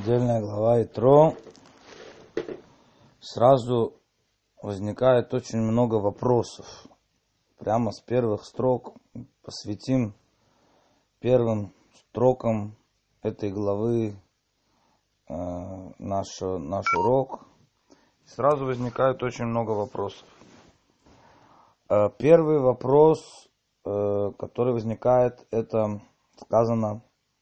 Недельная глава Итро. Сразу возникает очень много вопросов. Прямо с первых строк посвятим первым строкам этой главы наш урок. Сразу возникает очень много вопросов. Первый вопрос, который возникает, это сказано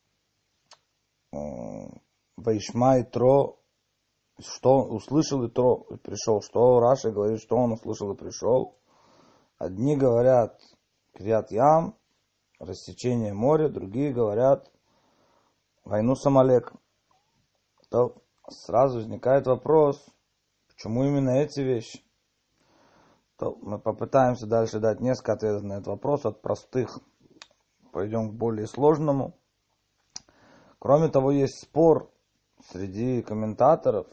Вайшма Итро, что услышал Итро и пришел. Что Раши говорит, что он услышал и пришел. Одни говорят Крият Ям, рассечение моря, другие говорят войну с Амалеком. То сразу возникает вопрос, почему именно эти вещи. То мы попытаемся дальше дать несколько ответов на этот вопрос, от простых пойдем к более сложному. Кроме того, есть спор среди комментаторов,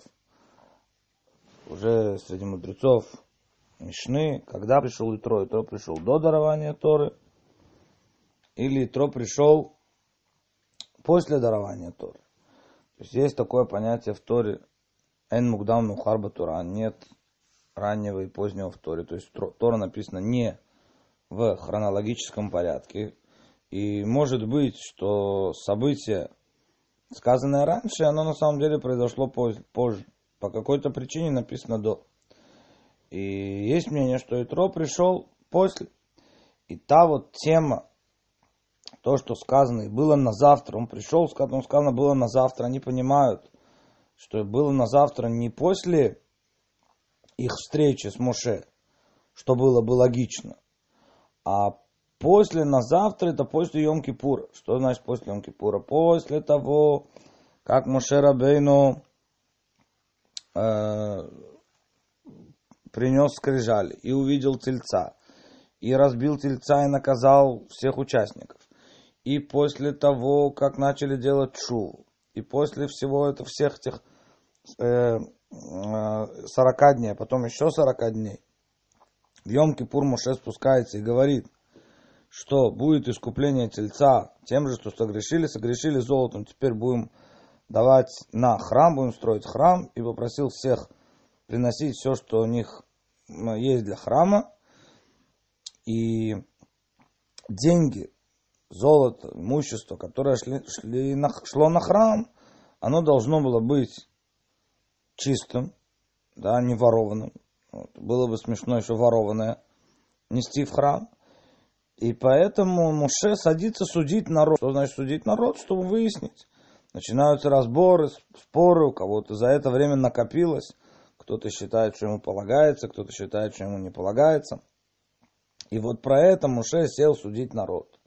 уже среди мудрецов Мишны, когда пришел Итро. Итро пришел до дарования Торы, или Итро пришел после дарования Торы. То есть есть такое понятие в Торе «Эн мукдам меухар батура», нет раннего и позднего в Торе. То есть Тора написана не в хронологическом порядке. И может быть, что событие, сказанное раньше, оно на самом деле произошло позже. По какой-то причине написано до. И есть мнение, что Итро пришел после. И та вот тема, то, что сказано, и было на завтра, он пришел, сказано, было на завтра. Они понимают, что было на завтра не после их встречи с Моше, что было бы логично, а после на завтра, это после Йом-Кипура. Что значит после Йом-Кипура? После того, как Моше Рабейну принес скрижали и увидел тельца, и разбил тельца и наказал всех участников. И после того, как начали делать шуву, и после всего это, всех этих 40 дней, а потом еще 40 дней, в Йом-Кипур Моше спускается и говорит, что будет искупление тельца тем же, что согрешили золотом, теперь будем давать на храм, будем строить храм, и попросил всех приносить все, что у них есть для храма, и деньги, золото, имущество, которое шло на храм, оно должно было быть чистым, да, не ворованным. Вот. Было бы смешно еще ворованное нести в храм. И поэтому Моше садится судить народ. Что значит судить народ? Чтобы выяснить. Начинаются разборы, споры, у кого-то за это время накопилось. Кто-то считает, что ему полагается, кто-то считает, что ему не полагается. И вот про это Моше сел судить народ.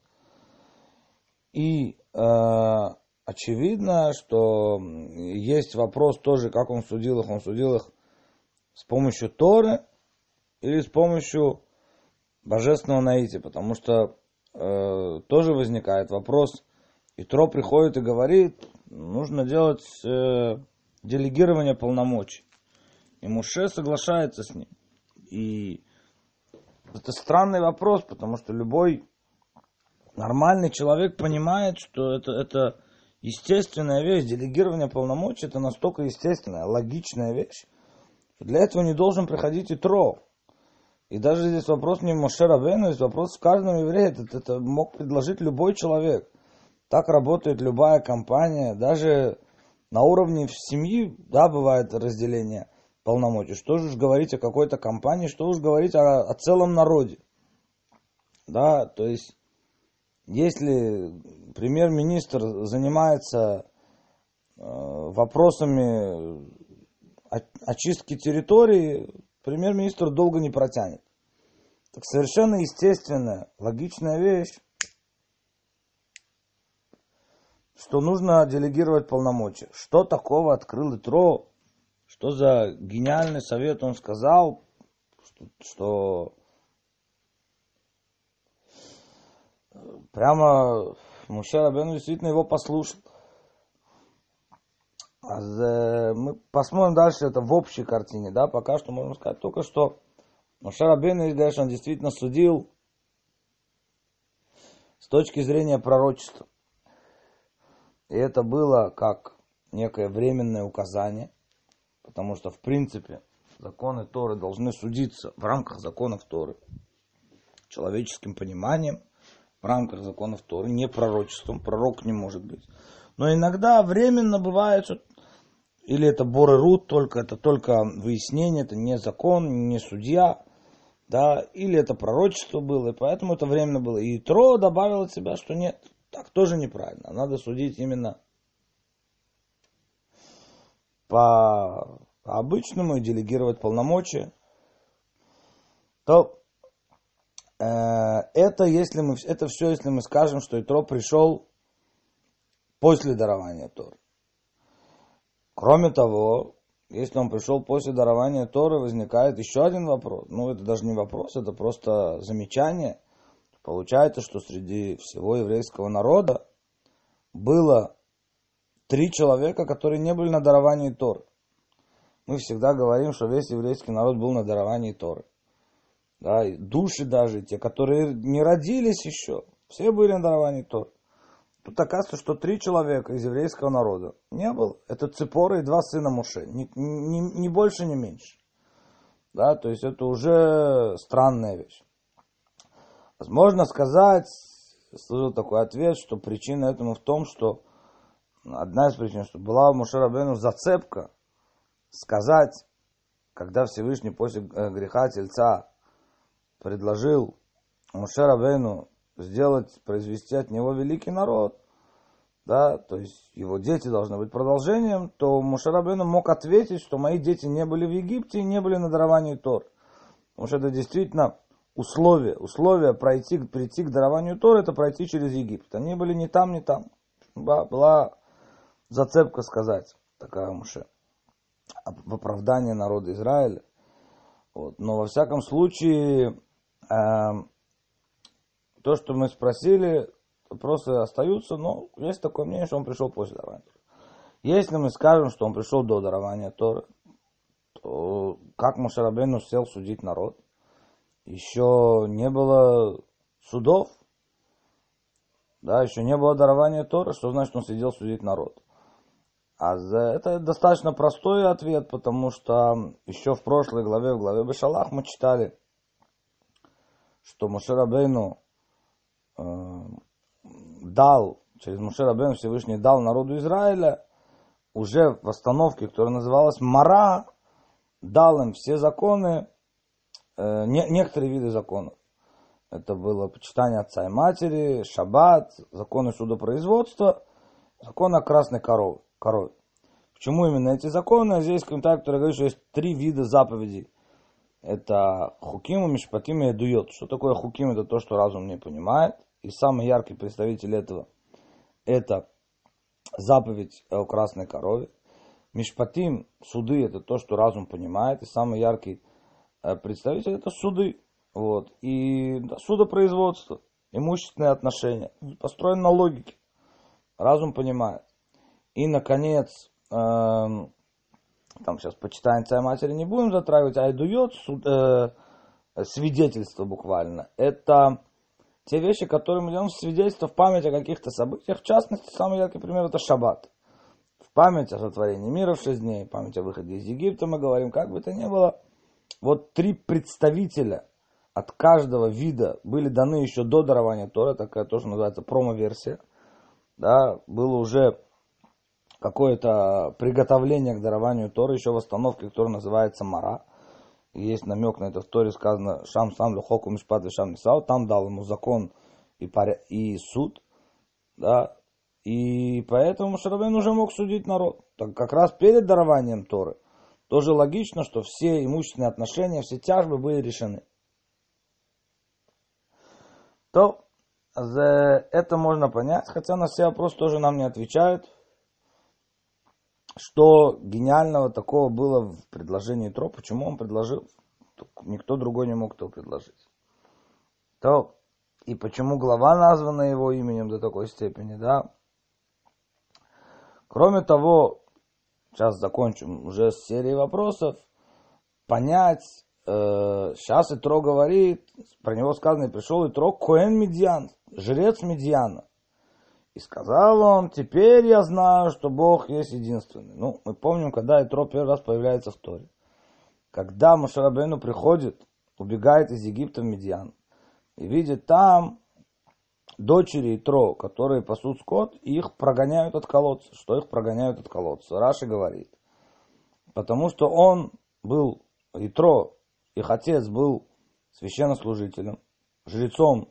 И очевидно, что есть вопрос тоже, как он судил их. Он судил их с помощью Торы или с помощью божественного наития, потому что тоже возникает вопрос. Итро приходит и говорит, нужно делать делегирование полномочий. И Моше соглашается с ним. И это странный вопрос, потому что любой нормальный человек понимает, что это естественная вещь. Делегирование полномочий — это настолько естественная, логичная вещь. Для этого не должен приходить Итро. И даже здесь вопрос не в Моше Рабейну, здесь вопрос в каждом еврее. Это мог предложить любой человек. Так работает любая компания. Даже на уровне семьи, да, бывает разделение полномочий. Что же уж говорить о какой-то компании, что уж говорить о целом народе. Да, то есть, если премьер-министр занимается вопросами очистки территории, премьер-министр долго не протянет. Так совершенно естественная, логичная вещь, что нужно делегировать полномочия. Что такого открыл Итро? Что за гениальный совет он сказал, что прямо Моше Рабейну действительно его послушал. Мы посмотрим дальше это в общей картине, да, пока что можно сказать только, что Моше Рабейну, если говоришь, он действительно судил с точки зрения пророчества. И это было как некое временное указание, потому что, в принципе, законы Торы должны судиться в рамках законов Торы, человеческим пониманием, в рамках законов Торы, не пророчеством, пророк не может быть. Но иногда временно бывает, что или это борерут, это только выяснение, это не закон, не судья, да, или это пророчество было, и поэтому это временно было. И Итро добавил от себя, что нет, так тоже неправильно, надо судить именно по обычному и делегировать полномочия. То это все, если мы скажем, что Итро пришел после дарования Торы. Кроме того, если он пришел после дарования Торы, возникает еще один вопрос. Это даже не вопрос, это просто замечание. Получается, что среди всего еврейского народа было 3 человека, которые не были на даровании Торы. Мы всегда говорим, что весь еврейский народ был на даровании Торы. Да, и души даже, те, которые не родились еще, все были на даровании Торы. Тут оказывается, что 3 человека из еврейского народа не было. Это Ципора и 2 сына Моше. Ни больше, ни меньше. Да, то есть это уже странная вещь. Возможно сказать, слышал такой ответ, что причина этому в том, что одна из причин, что была у Моше Рабейну зацепка сказать, когда Всевышний после греха Тельца предложил Моше Рабейну произвести от него великий народ, да, то есть его дети должны быть продолжением, то Моше Рабейну мог ответить, что мои дети не были в Египте и не были на даровании Торы. Потому что это действительно условие прийти к дарованию Торы, это пройти через Египет. Они были ни там, ни там. Была зацепка сказать, такая Моше, в оправдании народа Израиля. Вот. Но во всяком случае, то, что мы спросили, вопросы остаются, но есть такое мнение, что он пришел после дарования Торы. Если мы скажем, что он пришел до дарования Торы, то как Моше Рабейну сел судить народ? Еще не было судов, да, еще не было дарования Торы, что значит он сидел судить народ? Это достаточно простой ответ, потому что еще в прошлой главе, в главе Бешалах, мы читали, что Моше Рабейну через Моше Рабейну Всевышний дал народу Израиля уже в остановке, которая называлась Мара, дал им все законы, некоторые виды законов. Это было почитание отца и матери, шаббат, законы судопроизводства, закон о красной корове. Почему именно эти законы? Здесь комментарий, который говорит, что есть 3 вида заповедей. Это хуким, мишпатим и эдуйот. Что такое хуким? Это то, что разум не понимает. И самый яркий представитель этого – это заповедь о красной корове. Мишпатим, суды – это то, что разум понимает. И самый яркий представитель – это суды. Вот. И судопроизводство, имущественные отношения. Построено на логике. Разум понимает. И, наконец, там сейчас почитаем отца и матери не будем затрагивать, а эдуйот, свидетельство буквально. Это те вещи, которые мы делаем, свидетельство в память о каких-то событиях. В частности, самый яркий пример – это шаббат. В память о сотворении мира в 6 дней, в память о выходе из Египта мы говорим, как бы то ни было. Вот 3 представителя от каждого вида были даны еще до дарования Торы, такая тоже называется промо-версия. Да, было уже какое-то приготовление к дарованию Торы, еще в остановке, которая называется Мара. И есть намек на это в Торе, сказано «Шам сам лехоку мишпат вешам нисау», там дал ему закон и суд, да, и поэтому Моше Рабейну уже мог судить народ. Так как раз перед дарованием Торы тоже логично, что все имущественные отношения, все тяжбы были решены. То это можно понять, хотя на все вопросы тоже нам не отвечают. Что гениального такого было в предложении Итро, почему он предложил, никто другой не мог этого предложить. И почему глава названа его именем до такой степени, да? Кроме того, сейчас закончим уже с серией вопросов, понять, сейчас Итро говорит, про него сказано, и пришел Итро, Коэн Медьян, жрец Медьяна. И сказал он: теперь я знаю, что Бог есть единственный. Ну, мы помним, когда Итро первый раз появляется в Торе. Когда Моше Рабейну приходит, убегает из Египта в Мидьян, и видит там дочери Итро, которые пасут скот, и их прогоняют от колодца. Что их прогоняют от колодца? Раши говорит. Потому что он был, Итро, их отец был священнослужителем, жрецом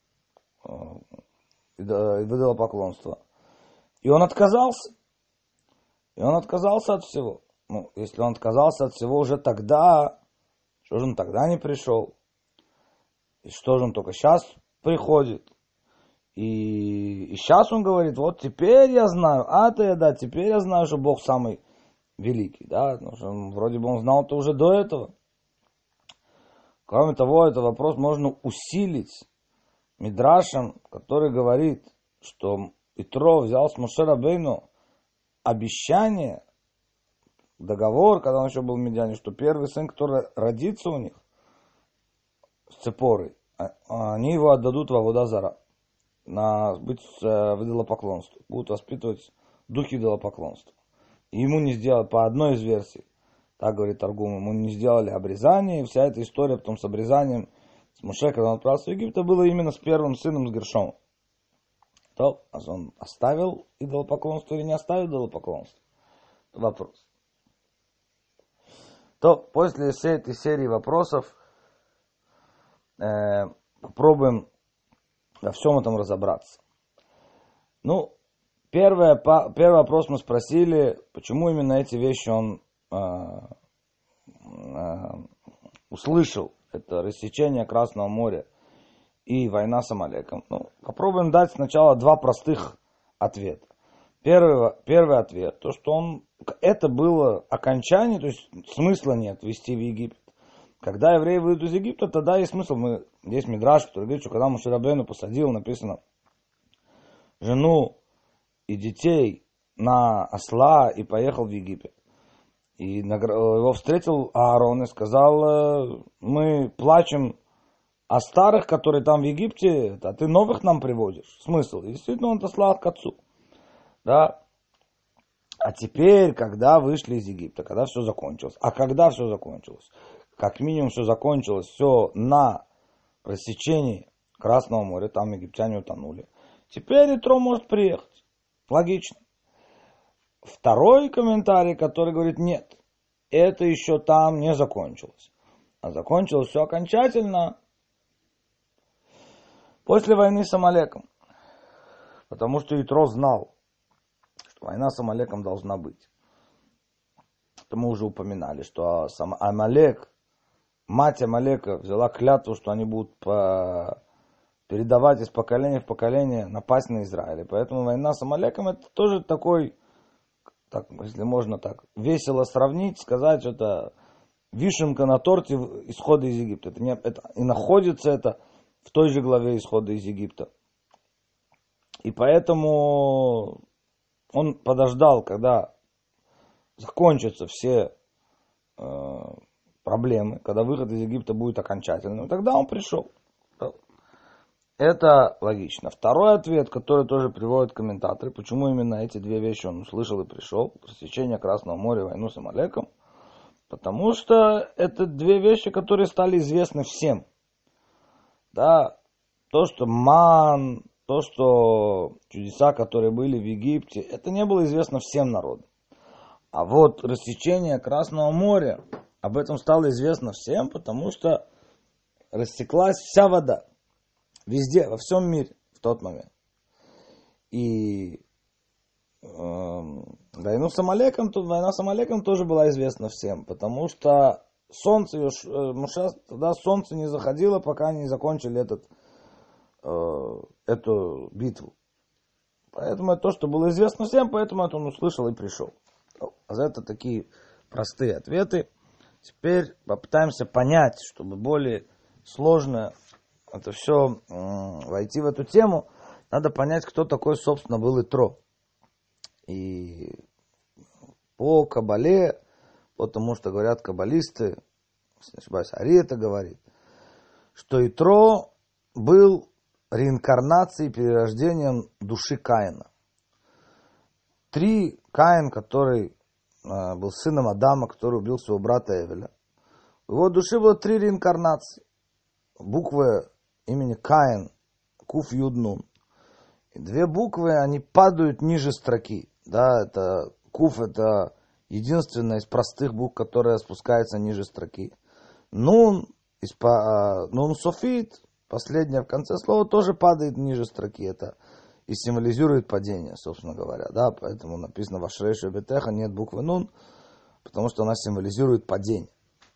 идолопоклонства. И он отказался. И он отказался от всего. Ну, если он отказался от всего уже тогда, что же он тогда не пришел? И что же он только сейчас приходит? И сейчас он говорит: вот теперь я знаю, теперь я знаю, что Бог самый великий. Да? Потому что вроде бы он знал это уже до этого. Кроме того, этот вопрос можно усилить Мидрашем, который говорит, что Итро взял с Моше Рабейну обещание, договор, когда он еще был в Мидьяне, что первый сын, который родится у них с Ципорой, они его отдадут в Авода Зара, быть в идолопоклонстве, будут воспитывать духи идолопоклонства. И ему не сделали, по одной из версий, так говорит Таргум, ему не сделали обрезание, и вся эта история потом с обрезанием, с Моше, когда он отправился в Египет, было именно с первым сыном, с Гершомом. То, он оставил идолопоклонство или не оставил идолопоклонство? Вопрос. То, после всей этой серии вопросов попробуем во всем этом разобраться. Ну, первый вопрос мы спросили, почему именно эти вещи он услышал. Это рассечение Красного моря и война с Амалеком. Ну, попробуем дать сначала два простых ответа. Первый ответ, то что это было окончание, то есть смысла нет вести в Египет. Когда евреи выйдут из Египта, тогда есть смысл. Есть Мидраш, который говорит, что когда Моше Рабейну посадил, написано, жену и детей на осла и поехал в Египет. И его встретил Аарон и сказал: мы плачем о старых, которые там в Египте, а ты новых нам приводишь. Смысл? И действительно он отослал к отцу. Да? А теперь, когда вышли из Египта, когда все закончилось. А когда все закончилось? Как минимум все закончилось, все на рассечении Красного моря, там египтяне утонули. Теперь Итро может приехать. Логично. Второй комментарий, который говорит: нет, это еще там не закончилось. А закончилось все окончательно после войны с Амалеком. Потому что Итро знал, что война с Амалеком должна быть. Это мы уже упоминали, что Амалек, мать Амалека, взяла клятву, что они будут передавать из поколения в поколение, напасть на Израиль. И поэтому война с Амалеком это тоже такой, так, если можно так весело сравнить, сказать, что это вишенка на торте исхода из Египта. И находится это в той же главе исхода из Египта. И поэтому он подождал, когда закончатся все проблемы, когда выход из Египта будет окончательным. Тогда он пришел. Это логично. Второй ответ, который тоже приводят комментаторы, почему именно эти две вещи он услышал и пришел, рассечение Красного моря, войну с Амалеком, потому что это две вещи, которые стали известны всем. Да, то, что то, что чудеса, которые были в Египте, это не было известно всем народам. А вот рассечение Красного моря, об этом стало известно всем, потому что рассеклась вся вода. Везде, во всем мире в тот момент. И война с Амалеком тоже была известна всем, потому что тогда солнце не заходило, пока не закончили эту битву. Поэтому это то, что было известно всем, поэтому это он услышал и пришел. Это такие простые ответы. Теперь попытаемся понять, чтобы более сложно это все войти в эту тему, надо понять, кто такой, собственно, был Итро. И по Кабале, потому что говорят каббалисты, если не ошибаюсь, Ари это говорит, что Итро был реинкарнацией, перерождением души Каина. Каин, который был сыном Адама, который убил своего брата Эвеля. В его душе было 3 реинкарнации. Буквы имени Каин, Куф, Юд, Нун. И 2 буквы, они падают ниже строки. Да, это Куф, это единственная из простых букв, которая спускается ниже строки. Нун, Нун Софит, последнее в конце слова, тоже падает ниже строки. Это и символизирует падение, собственно говоря. Да, поэтому написано в Ашрейшу Бетеха нет буквы Нун, потому что она символизирует падение.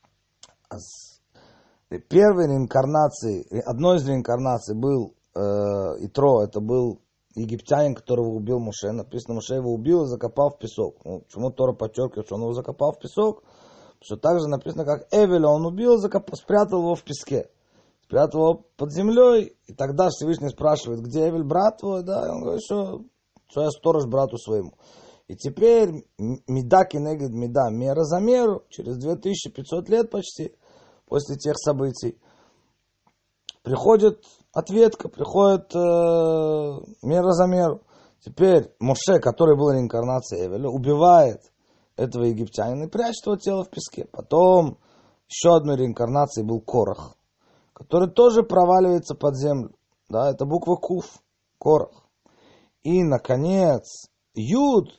Первой реинкарнацией, одной из реинкарнаций был Итро, это был египтянин, которого убил Моше. Написано, Моше его убил и закопал в песок. Ну, почему Тора подчеркивает, что он его закопал в песок? Потому что также написано, как Эвеля он убил, спрятал его в песке. Спрятал его под землей, и тогда Всевышний спрашивает, где Эвель, брат твой? Да, и он говорит, что я сторож брату своему. И теперь меда кенегед меда, мера за меру, через 2500 лет почти, после тех событий, приходит ответка, приходит мера за меру. Теперь Моше, который был реинкарнацией Эвеля, убивает этого египтянина и прячет его тело в песке. Потом еще одной реинкарнацией был Корах, который тоже проваливается под землю. Да, это буква Куф, Корах. И, наконец, Юд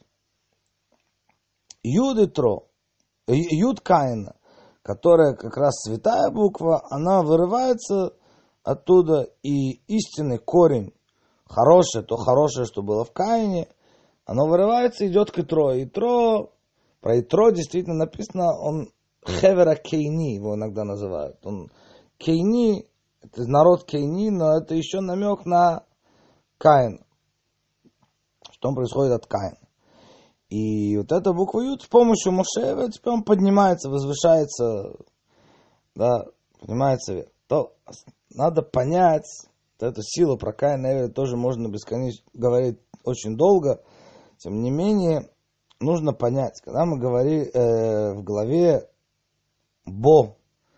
Итро, Юд Каина, которая как раз святая буква, она вырывается оттуда, и истинный корень, то хорошее, что было в Каине, оно вырывается и идет к Итро. Про Итро действительно написано, он Хевера Кейни, его иногда называют. Он Кейни, это народ Кейни, но это еще намек на Каин, что он происходит от Каина. И вот эта буква Юд с помощью Моше, теперь он поднимается, возвышается, да, поднимается вверх. То надо понять, эту силу про Каина и Эвеля тоже можно бесконечно говорить очень долго. Тем не менее, нужно понять, когда мы говорим в главе Бо,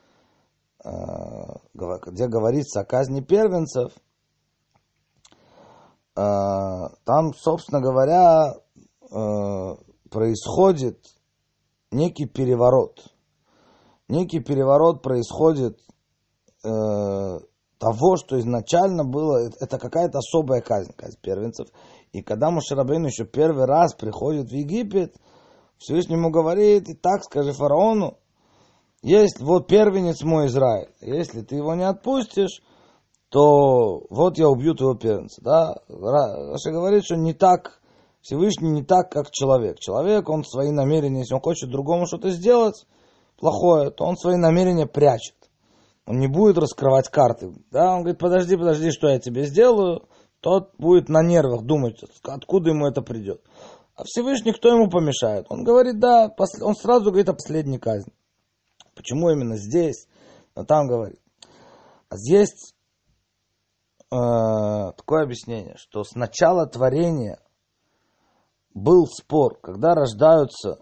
где говорится о казни первенцев, там, собственно говоря, происходит некий переворот. Некий переворот происходит того, что изначально было, это какая-то особая казнь первенцев. И когда Моше Рабейну еще первый раз приходит в Египет, Всевышний ему говорит, и так скажи фараону, есть вот первенец мой Израиль, если ты его не отпустишь, то вот я убью твоего первенца. Да? Раша говорит, что не так, Всевышний не так, как человек. Человек, он свои намерения, если он хочет другому что-то сделать плохое, то он свои намерения прячет. Он не будет раскрывать карты. Да? Он говорит, подожди, что я тебе сделаю. Тот будет на нервах думать, откуда ему это придет. А Всевышний, кто ему помешает? Он говорит, да, он сразу говорит о последней казни. Почему именно здесь? Но там говорит. А здесь такое объяснение, что с начала творения был спор, когда рождаются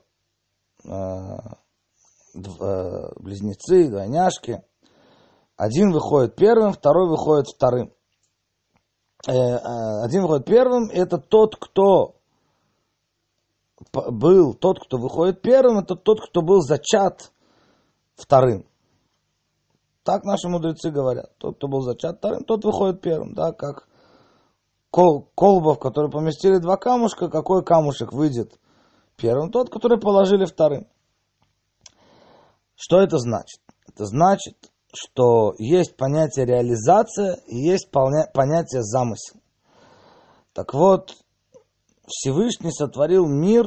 близнецы, двойняшки. Один выходит первым, второй выходит вторым. Один выходит первым, это тот, кто выходит первым, это тот, кто был зачат вторым. Так наши мудрецы говорят. Тот, кто был зачат вторым, тот выходит первым. Да, как колба, в которой поместили 2 камушка, какой камушек выйдет первым? Тот, который положили вторым. Что это значит? Это значит, что есть понятие реализация и есть понятие замысел. Так вот, Всевышний сотворил мир,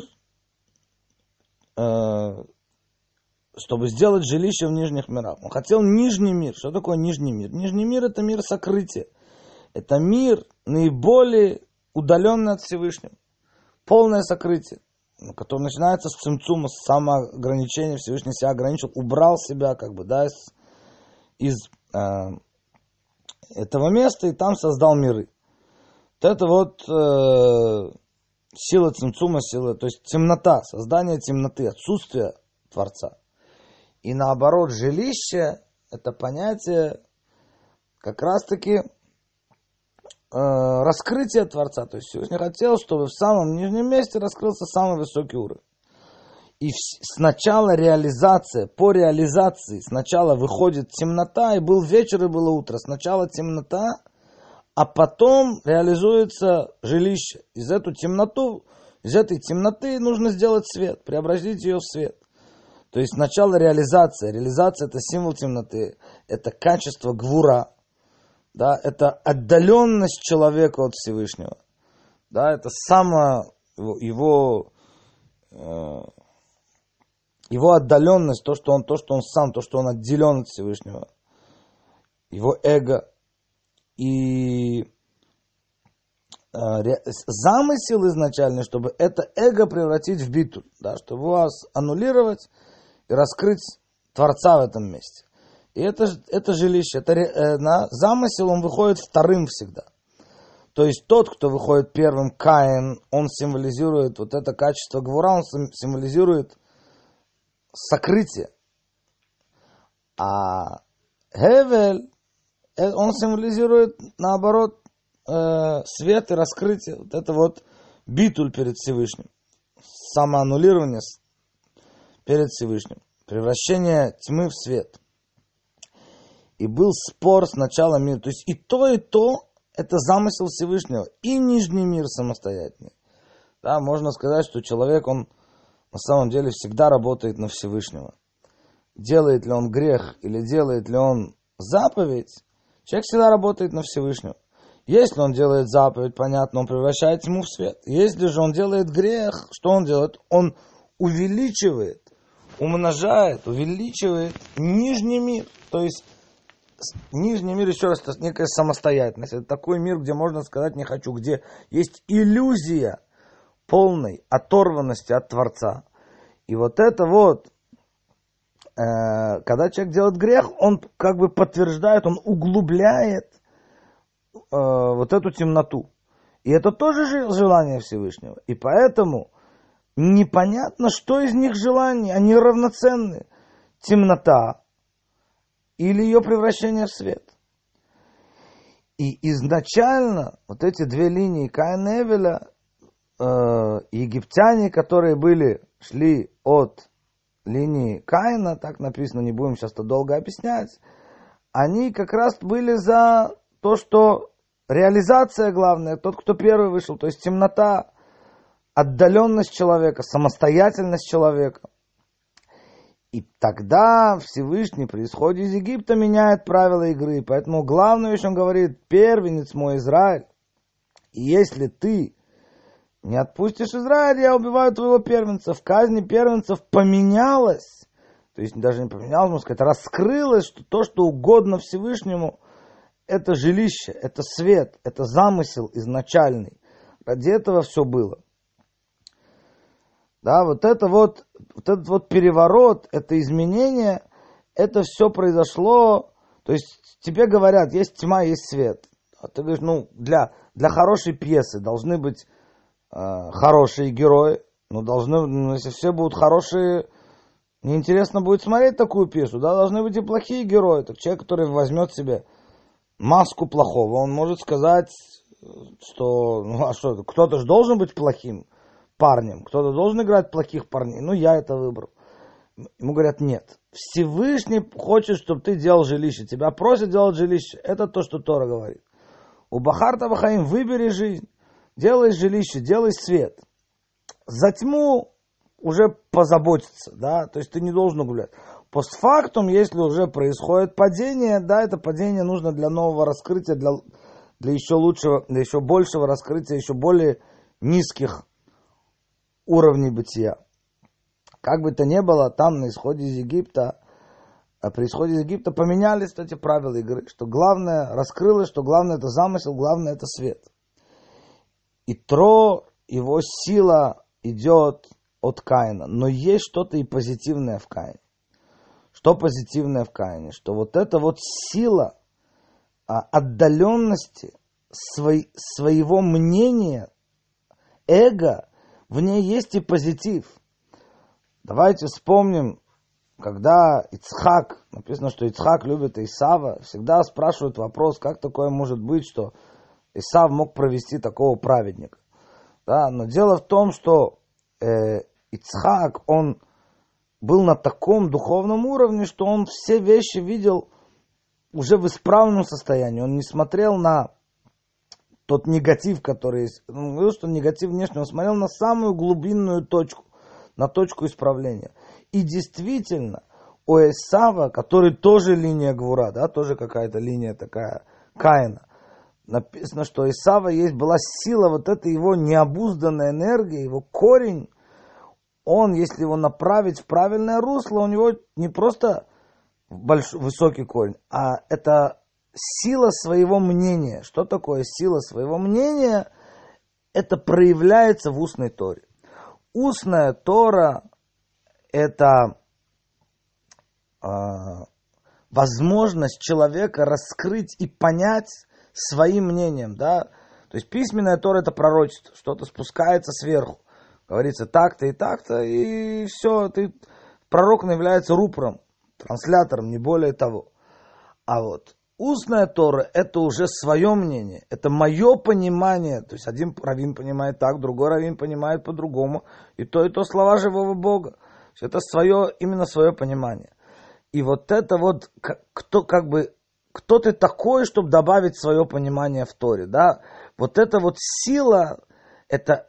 чтобы сделать жилище в нижних мирах. Он хотел нижний мир. Что такое нижний мир? Нижний мир – это мир сокрытия. Это мир наиболее удаленный от Всевышнего. Полное сокрытие, которое начинается с цимцума, с самоограничения. Всевышний себя ограничил, убрал себя, из этого места и там создал миры. Вот это вот сила цимцума, то есть темнота, создание темноты, отсутствие Творца. И наоборот, жилище – это понятие как раз-таки раскрытия Творца. То есть Всевышний хотел, чтобы в самом нижнем месте раскрылся самый высокий уровень. И сначала реализация, по реализации сначала выходит темнота, и был вечер, и было утро. Сначала темнота, а потом реализуется жилище. Из этой темноты нужно сделать свет, преобразить ее в свет. То есть сначала реализация. Реализация — это символ темноты, это качество гвура, да, это отдаленность человека от Всевышнего. Да, это его отдаленность, то, что он сам, то, что он отделен от Всевышнего, его эго. И замысел изначальный, чтобы это эго превратить в битуль, да, чтобы его аннулировать и раскрыть Творца в этом месте. И это жилище, замысел, он выходит вторым всегда. То есть тот, кто выходит первым, Каин, он символизирует вот это качество гвура, он символизирует сокрытие. А Хевель, он символизирует, наоборот, свет и раскрытие. Вот это вот битуль перед Всевышним. Самоаннулирование перед Всевышним. Превращение тьмы в свет. И был спор сначала мира. То есть и то, это замысел Всевышнего. И нижний мир самостоятельный. Да, можно сказать, что человек, он на самом деле всегда работает на Всевышнего. Делает ли он грех или делает ли он заповедь, человек всегда работает на Всевышнего. Если он делает заповедь, понятно, он превращает тьму в свет. Если же он делает грех, что он делает? Он увеличивает, умножает, увеличивает нижний мир. То есть нижний мир, еще раз, это некая самостоятельность. Это такой мир, где можно сказать «не хочу», где есть иллюзия полной оторванности от Творца. И вот это вот, когда человек делает грех, он как бы подтверждает, он углубляет вот эту темноту. И это тоже желание Всевышнего. И поэтому непонятно, что из них желание, они равноценны. Темнота или ее превращение в свет. И изначально вот эти две линии Каина и Эвеля, египтяне, которые шли от линии Каина, так написано, не будем сейчас это долго объяснять, они как раз были за то, что реализация главная, тот, кто первый вышел, то есть темнота, отдаленность человека, самостоятельность человека. И тогда Всевышний при исходе из Египта меняет правила игры. Поэтому главную вещь он говорит: первенец мой Израиль, и если ты не отпустишь Израиль, я убиваю твоего первенца. В казни первенцев поменялось, то есть даже не поменялось, можно сказать, раскрылось, что то, что угодно Всевышнему, это жилище, это свет, это замысел изначальный. Ради этого все было. Да, вот этот вот переворот, это изменение, это все произошло. То есть тебе говорят, есть тьма, есть свет. А ты говоришь, для хорошей пьесы должны быть хорошие герои. Если все будут хорошие, неинтересно будет смотреть такую пьесу. Да, должны быть и плохие герои. Так человек, который возьмет себе маску плохого, он может сказать, что кто-то же должен быть плохим парнем, кто-то должен играть плохих парней. Я это выбрал. Ему говорят, нет. Всевышний хочет, чтобы ты делал жилище. Тебя просят делать жилище. Это то, что Тора говорит. У Бахарта Бахаим выбери жизнь. Делай жилище, делай свет. За тьму уже позаботиться, да, то есть ты не должен гулять. Постфактум, если уже происходит падение, да, это падение нужно для нового раскрытия, для еще лучшего, для еще большего раскрытия, еще более низких уровней бытия. Как бы то ни было, там на исходе из Египта, при исходе из Египта поменялись эти правила игры, что главное раскрылось, что главное это замысел, главное это свет. И его сила идет от Каина, но есть что-то и позитивное в Каине. Что позитивное в Каине? Что вот эта вот сила отдаленности своего мнения, эго, в ней есть и позитив. Давайте вспомним, когда Ицхак, написано, что Ицхак любит Исава, всегда спрашивают вопрос, как такое может быть, что Исав мог провести такого праведника. Да? Но дело в том, что Ицхак, он был на таком духовном уровне, что он все вещи видел уже в исправном состоянии. Он не смотрел на тот негатив, который есть. Он говорил, что негатив внешний. Он смотрел на самую глубинную точку, на точку исправления. И действительно, у Эсава, который тоже линия Гвура, да, тоже какая-то линия такая Каина, написано, что у Исава была сила, вот эта его необузданная энергия, его корень, он, если его направить в правильное русло, у него не просто высокий корень, а это сила своего мнения. Что такое сила своего мнения? Это проявляется в устной Торе. Устная Тора – это возможность человека раскрыть и понять своим мнением, да. То есть письменная Тора – это пророчество, что-то спускается сверху. Говорится так-то и так-то, и все. Пророк является рупором, транслятором, не более того. А вот устная Тора – это уже свое мнение, это мое понимание. То есть один раввин понимает так, другой раввин понимает по-другому. И то слова живого Бога. Это именно свое понимание. И вот это вот, кто ты такой, чтобы добавить свое понимание в Торе, да? Вот эта вот сила, это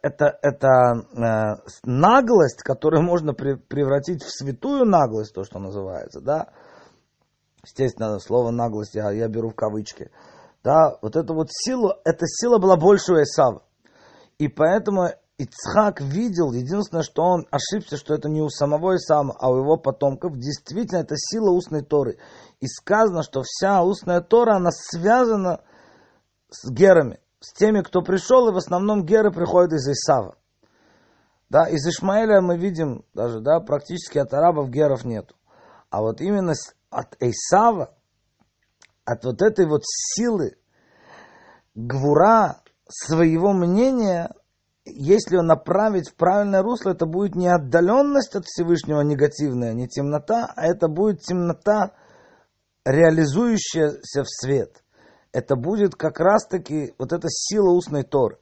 наглость, которую можно превратить в святую наглость, то, что называется, да? Естественно, слово наглость я беру в кавычки. Да, вот эту вот силу, эта сила была больше у Эсава. И поэтому Ицхак видел, единственное, что он ошибся, что это не у самого Исава, а у его потомков. Действительно, это сила устной Торы. И сказано, что вся устная Тора, она связана с герами, с теми, кто пришел, и в основном геры приходят из Исава. Да, из Ишмаэля мы видим даже, да, практически от арабов геров нету. А вот именно от Исава, от вот этой вот силы, Гвура, своего мнения, если он направить в правильное русло, это будет не отдаленность от Всевышнего негативная, не темнота, а это будет темнота, реализующаяся в свет. Это будет как раз-таки вот эта сила устной Торы.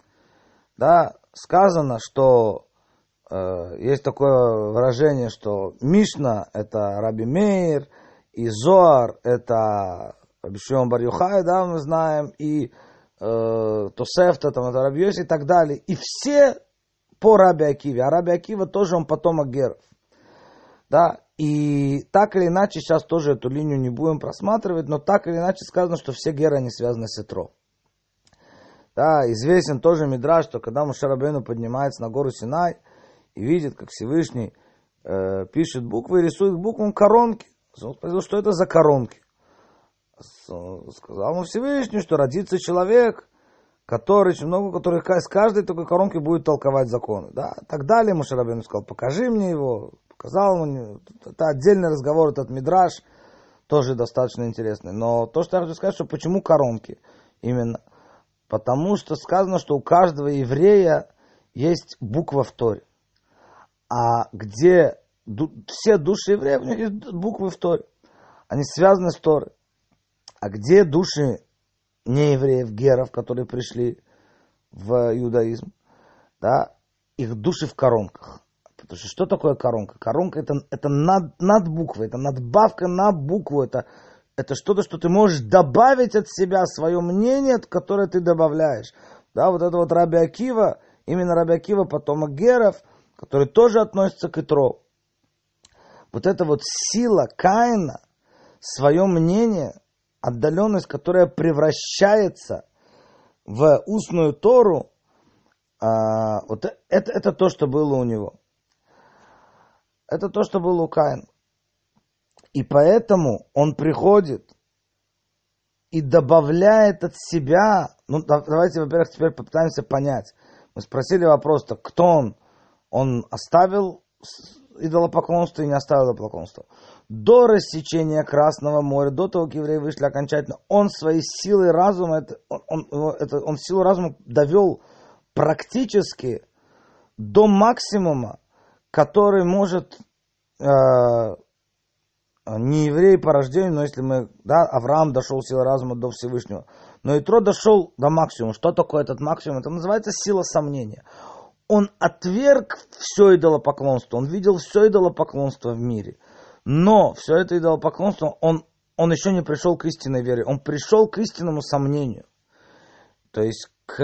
Да, сказано, что есть такое выражение, что Мишна – это Раби Меир, и Зоар – это Раби Шимон бар Йохай, да, мы знаем, и Тосефта, там, это Раби Йоси и так далее. И все по Раби Акиве. А Раби Акива тоже он потомок геров. Да, и так или иначе, сейчас тоже эту линию не будем просматривать, но так или иначе сказано, что все геры, они связаны с Итро. Да, известен тоже мидраш, что когда Моше Рабейну поднимается на гору Синай и видит, как Всевышний пишет буквы и рисует буквам коронки. Он спросил, что это за коронки? Сказал ему Всевышний, что родится человек, который с каждой такой коронки будет толковать законы. Да? Так далее Моше Рабейну сказал, покажи мне его. Показал ему. Это отдельный разговор, этот мидраш, тоже достаточно интересный. Но то, что я хочу сказать, что почему коронки именно? Потому что сказано, что у каждого еврея есть буква в Торе. А где все души евреев, у них есть буквы в Торе. Они связаны с Торой. А где души неевреев, геров, которые пришли в иудаизм? Да, их души в коронках. Потому что такое коронка? Коронка это над буквой, это надбавка на букву. Это что-то, что ты можешь добавить от себя, свое мнение, которое ты добавляешь. Да, вот это вот Раби Акива, именно Раби Акива, потомок геров, который тоже относится к Итро. Вот эта вот сила Каина, свое мнение, отдаленность, которая превращается в устную Тору, вот это то, что было у него. Это то, что было у Каина. И поэтому он приходит и добавляет от себя. Ну, давайте, во-первых, теперь попытаемся понять. Мы спросили вопрос, так кто он? Он оставил идолопоклонство и не оставил идолопоклонство. До рассечения Красного моря, до того, как евреи вышли окончательно, он своей силой разума, он силу разума довел практически до максимума, который может не еврей по рождению, но если Авраам дошел силой разума до Всевышнего, Но Итро дошел до максимума. Что такое этот максимум? Это называется сила сомнения. Он отверг все идолопоклонство, он видел все идолопоклонство в мире. Но все это идолопоклонство, он еще не пришел к истинной вере, он пришел к истинному сомнению. То есть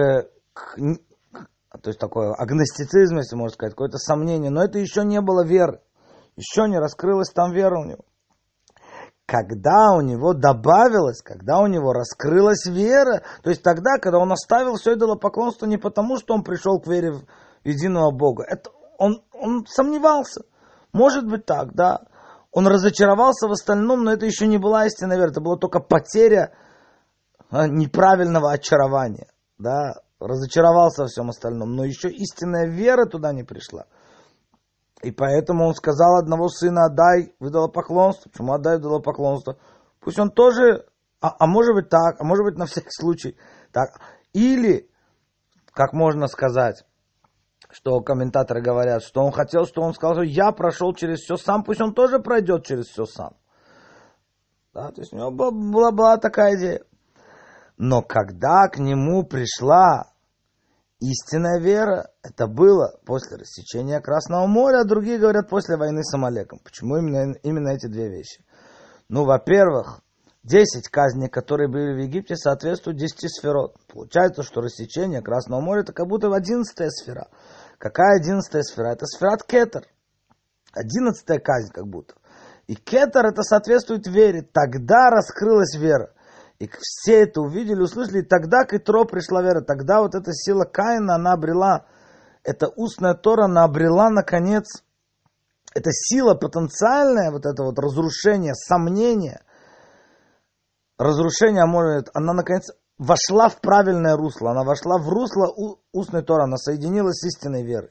то есть такое агностицизм, если можно сказать, какое-то сомнение. Но это еще не было веры. Еще не раскрылась там вера у него. Когда у него добавилось, когда у него раскрылась вера, то есть тогда, когда он оставил все идолопоклонство не потому, что он пришел к вере в единого Бога. Это он сомневался. Может быть так, да. Он разочаровался в остальном, но это еще не была истинная вера. Это была только потеря неправильного очарования. Да. Разочаровался во всем остальном, но еще истинная вера туда не пришла. И поэтому он сказал одного сына: отдай в идолопоклонство. Почему отдай в идолопоклонство? Пусть он тоже, а может быть так, а может быть на всякий случай так. Или, как можно сказать, что комментаторы говорят, что он хотел, что он сказал, что я прошел через все сам, пусть он тоже пройдет через все сам. Да, то есть у него была такая идея. Но когда к нему пришла истинная вера, это было после рассечения Красного моря, а другие говорят после войны с Амалеком. Почему именно эти две вещи? Ну, во-первых, 10 казней, которые были в Египте, соответствуют 10 сферот. Получается, что рассечение Красного моря это как будто в 11-я сфера. Какая 11-я сфера? Это сферат Кетер. 11-я казнь как будто. И Кетер это соответствует вере. Тогда раскрылась вера. И все это увидели, услышали, и тогда к Итро пришла вера. Тогда вот эта сила Каина, она обрела, эта устная Тора, она обрела, наконец, эта сила потенциальная, вот это вот разрушение, сомнение, разрушение, она, наконец, вошла в правильное русло. Она вошла в русло устной Торы, она соединилась с истинной верой.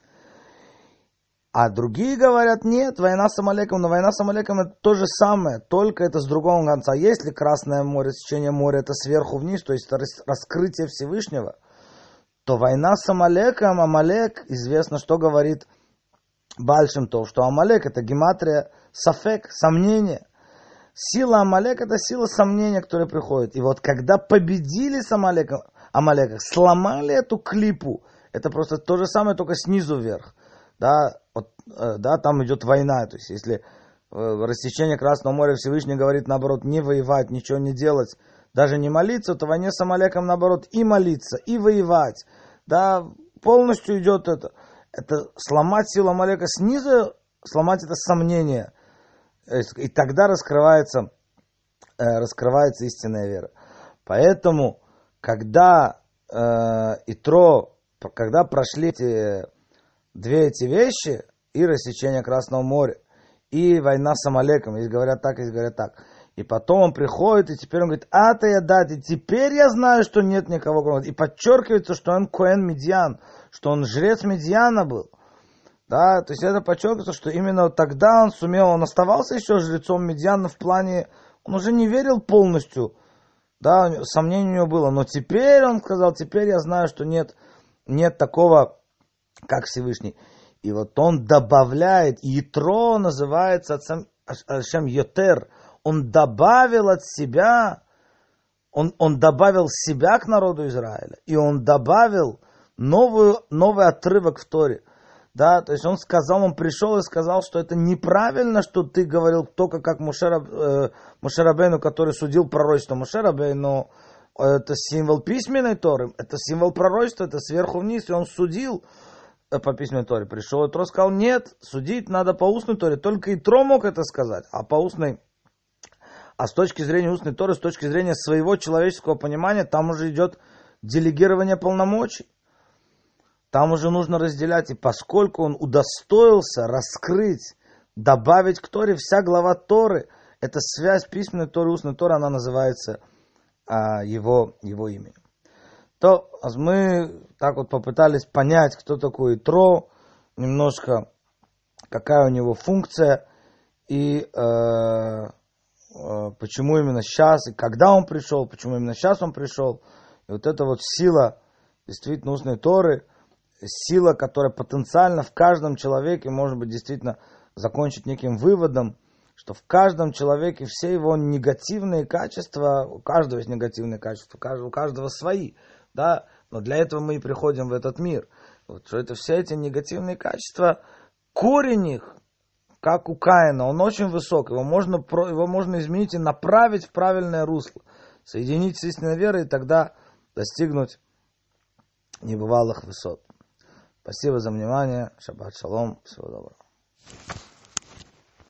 А другие говорят, нет, война с Амалеком, но война с Амалеком это то же самое, только это с другого конца. Если Красное море, сечение моря, это сверху вниз, то есть это раскрытие Всевышнего, то война с Амалеком, Амалек, известно, что говорит Бааль Шем Тов, что Амалек это гематрия сафек, сомнение. Сила Амалека это сила сомнения, которая приходит. И вот когда победили с Амалеком, сломали эту клипу, это просто то же самое, только снизу вверх. Да, там идет война. То есть, если рассечение Красного моря Всевышний говорит, наоборот, не воевать, ничего не делать, даже не молиться, то в войне с Амалеком, наоборот, и молиться, и воевать. Да, полностью идет это. Это сломать силу Амалека снизу, сломать это сомнение. И тогда раскрывается истинная вера. Поэтому, когда когда прошли эти вещи, и рассечение Красного моря, и война с Амалеком, есть говорят так, есть говорят так. И потом он приходит, и теперь он говорит, и теперь я знаю, что нет никого кроме. И подчеркивается, что он Коэн Медьян, что он жрец Медьяна был. Да, то есть это подчеркивается, что именно тогда он оставался еще жрецом Медьяна в плане, он уже не верил полностью, да, сомнение у него было. Но теперь он сказал, теперь я знаю, что нет такого, как Всевышний. И вот он добавляет, Итро называется Ашем Йотер, он добавил от себя, он добавил себя к народу Израиля, и он добавил новый отрывок в Торе. Да, то есть он пришел и сказал, что это неправильно, что ты говорил только как Моше Рабейну, который судил пророчество. Моше Рабейну это символ письменной Торы, это символ пророчества, это сверху вниз, и он судил по письменной Торе. Пришел Итро, сказал, нет, судить надо по устной Торе. Только Итро мог это сказать, а с точки зрения устной Торы, с точки зрения своего человеческого понимания, там уже идет делегирование полномочий. Там уже нужно разделять. И поскольку он удостоился раскрыть, добавить к Торе, вся глава Торы, это связь письменной Торы и устной Торы, она называется его именем. То мы так вот попытались понять, кто такой Итро, немножко какая у него функция, и почему именно сейчас, и когда он пришел, почему именно сейчас он пришел. И вот эта вот сила действительно устной Торы, сила, которая потенциально в каждом человеке может быть действительно закончить неким выводом, что в каждом человеке все его негативные качества, у каждого есть негативные качества, у каждого свои, да, но для этого мы и приходим в этот мир. Вот, что это все эти негативные качества, корень их, как у Каина, он очень высок, его можно изменить и направить в правильное русло, соединить с истинной верой и тогда достигнуть небывалых высот. Спасибо за внимание. Шаббат шалом. Всего доброго.